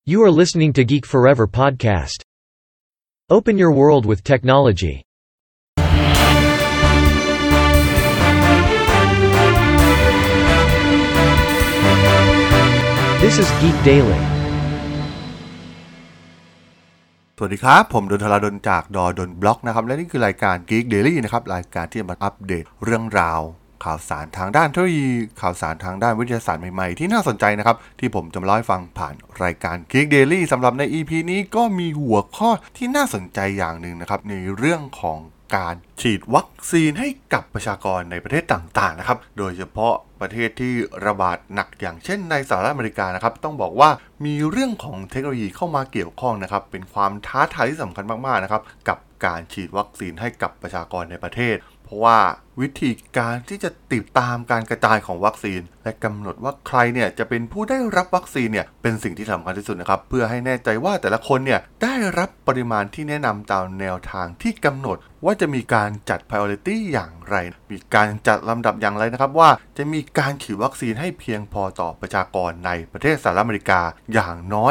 You are listening to Geek Forever podcast. Open your world with technology. This is Geek Daily. สวัสดีครับผมดนทราดลจากดนบล็อกนะครับและนี่คือรายการ Geek Daily นะครับรายการที่จะมาอัปเดตเรื่องราวข่าวสารทางด้านเทคโนโลยีข่าวสารทางด้านวิทยาศาสตร์ใหม่ๆที่น่าสนใจนะครับที่ผมจะมาเล่าให้ฟังผ่านรายการ Geek Daily สำหรับใน EP นี้ก็มีหัวข้อที่น่าสนใจอย่างหนึ่งนะครับในเรื่องของการฉีดวัคซีนให้กับประชากรในประเทศต่างๆนะครับโดยเฉพาะประเทศที่ระบาดหนักอย่างเช่นในสหรัฐอเมริกานะครับต้องบอกว่ามีเรื่องของเทคโนโลยีเข้ามาเกี่ยวข้องนะครับเป็นความท้าทายที่สำคัญมากๆนะครับกับการฉีดวัคซีนให้กับประชากรในประเทศเพราะว่าวิธีการที่จะติดตามการกระจายของวัคซีนและกำหนดว่าใครเนี่ยจะเป็นผู้ได้รับวัคซีนเนี่ยเป็นสิ่งที่สำคัญที่สุดนะครับเพื่อให้แน่ใจว่าแต่ละคนเนี่ยได้รับปริมาณที่แนะนำตามแนวทางที่กำหนดว่าจะมีการจัด priority อย่างไรมีการจัดลำดับอย่างไรนะครับว่าจะมีการฉีดวัคซีนให้เพียงพอต่อประชากรในประเทศสหรัฐอเมริกาอย่างน้อย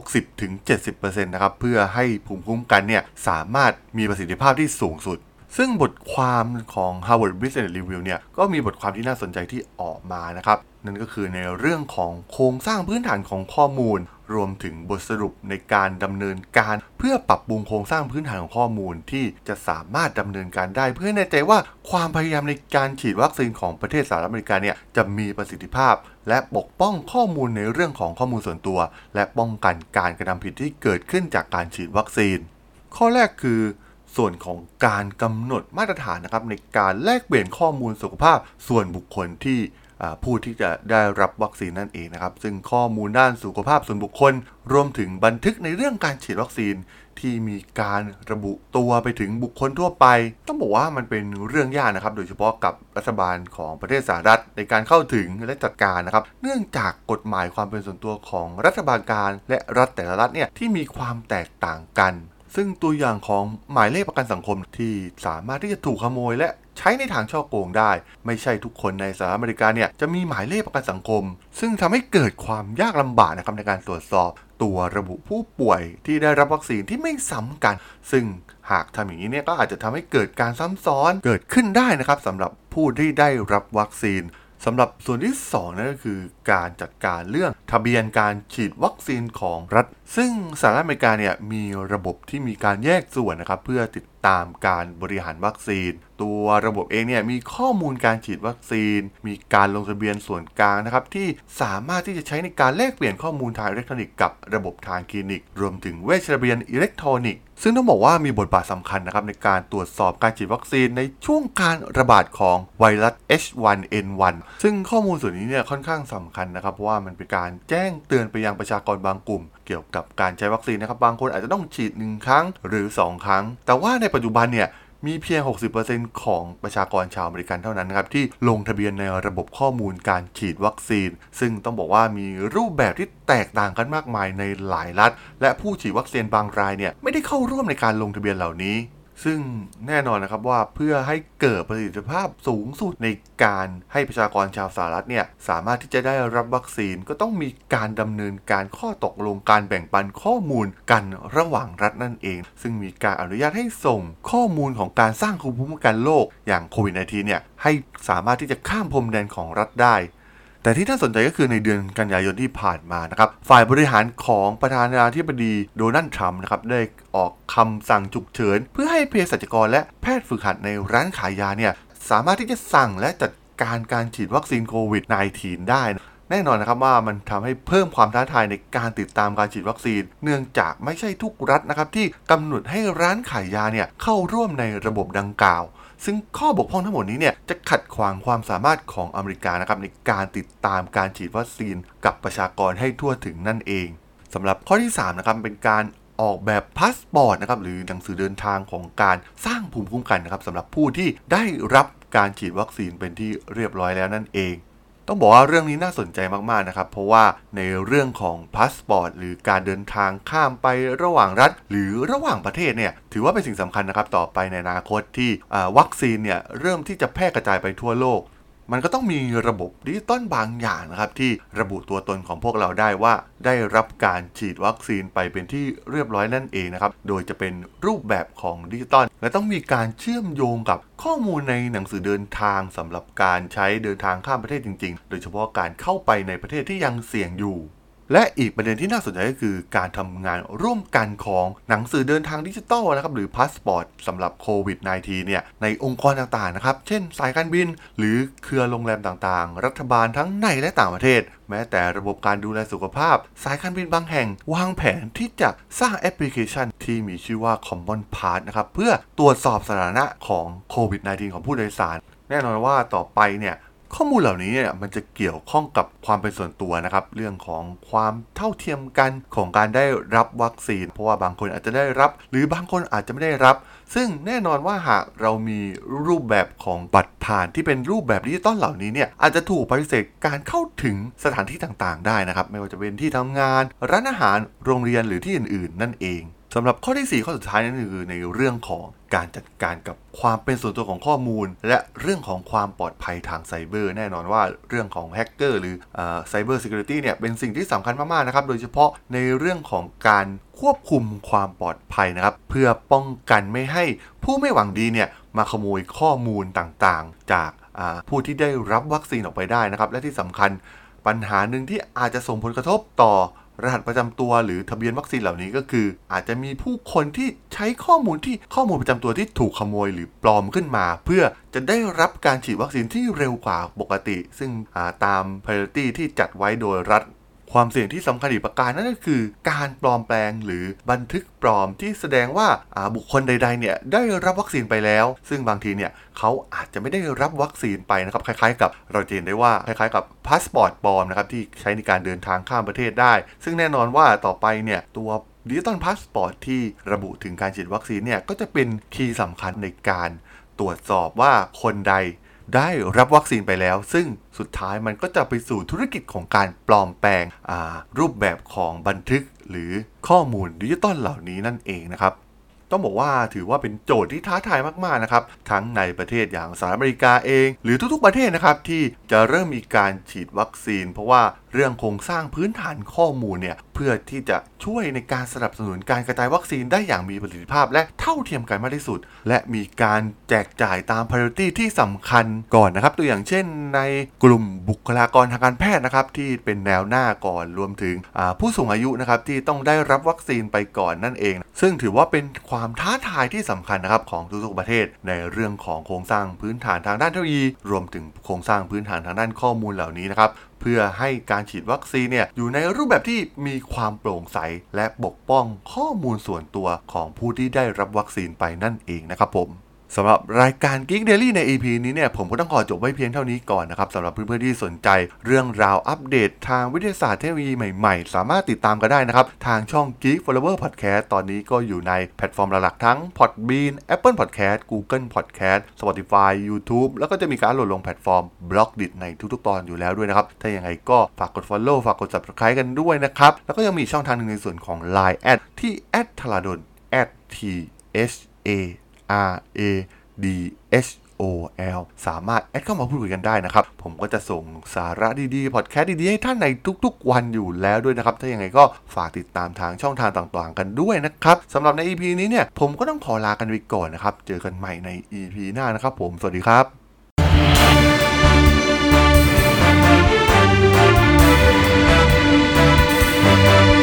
60-70% นะครับเพื่อให้ภูมิคุ้มกันเนี่ยสามารถมีประสิทธิภาพที่สูงสุดซึ่งบทความของ Harvard Business Review เนี่ยก็มีบทความที่น่าสนใจที่ออกมานะครับนั่นก็คือในเรื่องของโครงสร้างพื้นฐานของข้อมูลรวมถึงบทสรุปในการดำเนินการเพื่อปรับปรุงโครงสร้างพื้นฐานของข้อมูลที่จะสามารถดำเนินการได้เพื่อแน่ใจว่าความพยายามในการฉีดวัคซีนของประเทศสหรัฐอเมริกาเนี่ยจะมีประสิทธิภาพและปกป้องข้อมูลในเรื่องของข้อมูลส่วนตัวและป้องกันการกระทำผิดที่เกิดขึ้นจากการฉีดวัคซีนข้อแรกคือส่วนของการกำหนดมาตรฐานนะครับในการแลกเปลี่ยนข้อมูลสุขภาพส่วนบุคคลที่ผู้ที่จะได้รับวัคซีนนั่นเองนะครับซึ่งข้อมูลด้านสุขภาพส่วนบุคคลรวมถึงบันทึกในเรื่องการฉีดวัคซีนที่มีการระบุตัวไปถึงบุคคลทั่วไปต้องบอกว่ามันเป็นเรื่องยากนะครับโดยเฉพาะกับรัฐบาลของประเทศสหรัฐในการเข้าถึงและจัดการนะครับเนื่องจากกฎหมายความเป็นส่วนตัวของรัฐบาลกลางและรัฐแต่ละรัฐเนี่ยที่มีความแตกต่างกันซึ่งตัวอย่างของหมายเลขประกันสังคมที่สามารถที่จะถูกขโมยและใช้ในทางฉ้อโกงได้ไม่ใช่ทุกคนในสหรัฐอเมริกาเนี่ยจะมีหมายเลขประกันสังคมซึ่งทำให้เกิดความยากลำบากนะครับในการตรวจสอบตัวระบุผู้ป่วยที่ได้รับวัคซีนที่ไม่ซ้ำกันซึ่งหากทำอย่างนี้เนี่ยก็อาจจะทำให้เกิดการซ้ำซ้อนเกิดขึ้นได้นะครับสำหรับผู้ที่ได้รับวัคซีนสำหรับส่วนที่2นั่นก็คือการจัดการเรื่องทะเบียนการฉีดวัคซีนของรัฐซึ่งสหรัฐอเมริกาเนี่ยมีระบบที่มีการแยกส่วนนะครับเพื่อติดตามการบริหารวัคซีนตัวระบบเองเนี่ยมีข้อมูลการฉีดวัคซีนมีการลงทะเบียนส่วนกลางนะครับที่สามารถที่จะใช้ในการแลกเปลี่ยนข้อมูลทางอิเล็กทรอนิกส์กับระบบทางคลินิกรวมถึงเวชระเบียนอิเล็กทรอนิกส์ซึ่งต้องบอกว่ามีบทบาทสำคัญนะครับในการตรวจสอบการฉีดวัคซีนในช่วงการระบาดของไวรัส H1N1 ซึ่งข้อมูลส่วนนี้เนี่ยค่อนข้างสำคัญนะครับเพราะว่ามันเป็นการแจ้งเตือนไปยังประชากรบางกลุ่มเกี่ยวกับการใช้วัคซีนนะครับบางคนอาจจะต้องฉีด1ครั้งหรือ2ครั้งแต่ว่าในปัจจุบันเนี่ยมีเพียง 60% ของประชากรชาวอเมริกันเท่านั้นนะครับที่ลงทะเบียนในระบบข้อมูลการฉีดวัคซีนซึ่งต้องบอกว่ามีรูปแบบที่แตกต่างกันมากมายในหลายรัฐและผู้ฉีดวัคซีนบางรายเนี่ยไม่ได้เข้าร่วมในการลงทะเบียนเหล่านี้ซึ่งแน่นอนนะครับว่าเพื่อให้เกิดประสิทธิภาพสูงสุดในการให้ประชากรชาวสหรัฐเนี่ยสามารถที่จะได้รับวัคซีนก็ต้องมีการดำเนินการข้อตกลงการแบ่งปันข้อมูลกันระหว่างรัฐนั่นเองซึ่งมีการอนุญาตให้ส่งข้อมูลของการสร้างภูมิคุ้มกันโรคอย่างโควิด -19 เนี่ยให้สามารถที่จะข้ามพรมแดนของรัฐได้แต่ที่น่าสนใจก็คือในเดือนกันยายนที่ผ่านมานะครับฝ่ายบริหารของประธานาธิบดีโดนัลด์ทรัมป์นะครับได้ออกคำสั่งฉุกเฉินเพื่อให้เภสัชกรและแพทย์ฝึกหัดในร้านขายยาเนี่ยสามารถที่จะสั่งและจัดการฉีดวัคซีนโควิด -19 ได้แน่นอนนะครับว่ามันทำให้เพิ่มความท้าทายในการติดตามการฉีดวัคซีนเนื่องจากไม่ใช่ทุกรัฐนะครับที่กำหนดให้ร้านขายยาเนี่ยเข้าร่วมในระบบดังกล่าวซึ่งข้อบกพร่องทั้งหมดนี้เนี่ยจะขัดขวางความสามารถของอเมริกานะครับในการติดตามการฉีดวัคซีนกับประชากรให้ทั่วถึงนั่นเองสำหรับข้อที่3นะครับเป็นการออกแบบพาสปอร์ตนะครับหรือหนังสือเดินทางของการสร้างภูมิคุ้มกันนะครับสำหรับผู้ที่ได้รับการฉีดวัคซีนเป็นที่เรียบร้อยแล้วนั่นเองต้องบอกว่าเรื่องนี้น่าสนใจมากๆนะครับเพราะว่าในเรื่องของพาสปอร์ตหรือการเดินทางข้ามไประหว่างรัฐหรือระหว่างประเทศเนี่ยถือว่าเป็นสิ่งสำคัญนะครับต่อไปในอนาคตที่วัคซีนเนี่ยเริ่มที่จะแพร่กระจายไปทั่วโลกมันก็ต้องมีระบบดิจิตอลบางอย่างนะครับที่ระบุตัวตนของพวกเราได้ว่าได้รับการฉีดวัคซีนไปเป็นที่เรียบร้อยนั่นเองนะครับโดยจะเป็นรูปแบบของดิจิตอลและต้องมีการเชื่อมโยงกับข้อมูลในหนังสือเดินทางสำหรับการใช้เดินทางข้ามประเทศจริงๆโดยเฉพาะการเข้าไปในประเทศที่ยังเสี่ยงอยู่และอีกประเด็นที่น่าสนใจก็คือการทำงานร่วมกันของหนังสือเดินทางดิจิตอลนะครับหรือพาสปอร์ตสำหรับโควิด -19 เนี่ยในองค์กรต่างๆนะครับเช่นสายการบินหรือเครือโรงแรมต่างๆรัฐบาลทั้งในและต่างประเทศแม้แต่ระบบการดูแลสุขภาพสายการบินบางแห่งวางแผนที่จะสร้างแอปพลิเคชันที่มีชื่อว่า Common Pass นะครับเพื่อตรวจสอบสถานะของโควิด -19 ของผู้โดยสารแน่นอนว่าต่อไปเนี่ยข้อมูลเหล่านี้เนี่ยมันจะเกี่ยวข้องกับความเป็นส่วนตัวนะครับเรื่องของความเท่าเทียมกันของการได้รับวัคซีนเพราะว่าบางคนอาจจะได้รับหรือบางคนอาจจะไม่ได้รับซึ่งแน่นอนว่าหากเรามีรูปแบบของบัตรผ่านที่เป็นรูปแบบดิจิตอลเหล่านี้เนี่ยอาจจะถูกปฏิเสธการเข้าถึงสถานที่ต่างๆได้นะครับไม่ว่าจะเป็นที่ทำงานร้านอาหารโรงเรียนหรือที่อื่นๆนั่นเองสำหรับข้อที่4ข้อสุดท้ายนั่นคือในเรื่องของการจัดการกับความเป็นส่วนตัวของข้อมูลและเรื่องของความปลอดภัยทางไซเบอร์แน่นอนว่าเรื่องของแฮกเกอร์หรือไซเบอร์ซิเคียวริตี้เนี่ยเป็นสิ่งที่สำคัญมากๆนะครับโดยเฉพาะในเรื่องของการควบคุมความปลอดภัยนะครับเพื่อป้องกันไม่ให้ผู้ไม่หวังดีเนี่ยมาขโมยข้อมูลต่างๆจากผู้ที่ได้รับวัคซีนออกไปได้นะครับและที่สำคัญปัญหาหนึ่งที่อาจจะส่งผลกระทบต่อรหัสประจำตัวหรือทะเบียนวัคซีนเหล่านี้ก็คืออาจจะมีผู้คนที่ใช้ข้อมูลประจำตัวที่ถูกขโมยหรือปลอมขึ้นมาเพื่อจะได้รับการฉีดวัคซีนที่เร็วกว่าปกติซึ่งตาม priority ที่จัดไว้โดยรัฐความเสี่ยงที่สำคัญอีกประการนั่นก็คือการปลอมแปลงหรือบันทึกปลอมที่แสดงว่าบุคคลใดๆเนี่ยได้รับวัคซีนไปแล้วซึ่งบางทีเนี่ยเขาอาจจะไม่ได้รับวัคซีนไปนะครับคล้ายๆกับเราจะเห็นได้ว่าคล้ายๆกับพาสปอร์ตปลอมนะครับที่ใช้ในการเดินทางข้ามประเทศได้ซึ่งแน่นอนว่าต่อไปเนี่ยตัวดิจิตอลพาสปอร์ตที่ระบุถึงการฉีดวัคซีนเนี่ยก็จะเป็นคีย์สำคัญในการตรวจสอบว่าคนใดได้รับวัคซีนไปแล้วซึ่งสุดท้ายมันก็จะไปสู่ธุรกิจของการปลอมแปลงรูปแบบของบันทึกหรือข้อมูลดิจิตอลเหล่านี้นั่นเองนะครับต้องบอกว่าถือว่าเป็นโจทย์ที่ท้าทายมากๆนะครับทั้งในประเทศอย่างสหรัฐอเมริกาเองหรือทุกๆประเทศนะครับที่จะเริ่มมีการฉีดวัคซีนเพราะว่าเรื่องโครงสร้างพื้นฐานข้อมูลเนี่ยเพื่อที่จะช่วยในการสนับสนุนการกระจายวัคซีนได้อย่างมีประสิทธิภาพและเท่าเทียมกันมากที่สุดและมีการแจกจ่ายตาม priority ที่สำคัญก่อนนะครับตัวอย่างเช่นในกลุ่มบุคลากรทางการแพทย์นะครับที่เป็นแนวหน้าก่อนรวมถึงผู้สูงอายุนะครับที่ต้องได้รับวัคซีนไปก่อนนั่นเองซึ่งถือว่าเป็นความท้าทายที่สำคัญนะครับของทุกๆประเทศในเรื่องของโครงสร้างพื้นฐานทางด้านเทคโนโลยีรวมถึงโครงสร้างพื้นฐานทางด้านข้อมูลเหล่านี้นะครับเพื่อให้การฉีดวัคซีนเนี่ยอยู่ในรูปแบบที่มีความโปร่งใสและปกป้องข้อมูลส่วนตัวของผู้ที่ได้รับวัคซีนไปนั่นเองนะครับผมสำหรับรายการ Geek Daily ใน EP นี้เนี่ยผมก็ต้องขอจบไว้เพียงเท่านี้ก่อนนะครับสำหรับเพื่อนๆที่สนใจเรื่องราวอัปเดตทางวิทยาศาสตร์เทคโนโลยีใหม่ๆสามารถติดตามกันได้นะครับทางช่อง Geek Flower Podcast ตอนนี้ก็อยู่ในแพลตฟอร์มหลักๆทั้ง Podbean Apple Podcast Google Podcast Spotify YouTube แล้วก็จะมีการโหลดลงแพลตฟอร์ม Blogdit ในทุกๆตอนอยู่แล้วด้วยนะครับถ้าอย่างไรก็ฝากกด Follow ฝากกด Subscribe กันด้วยนะครับแล้วก็ยังมีช่องทางนึงในส่วนของ Line ที่ @thradol @THARADHOL สามารถแอดเข้ามาพูดคุยกันได้นะครับผมก็จะส่งสาระดีๆพอดแคสต์ดีๆให้ท่านในทุกๆวันอยู่แล้วด้วยนะครับถ้าอย่างไรก็ฝากติดตามทางช่องทางต่างๆกันด้วยนะครับสำหรับใน EP นี้เนี่ยผมก็ต้องขอลากันไปก่อนนะครับเจอกันใหม่ใน EP หน้านะครับผมสวัสดีครับ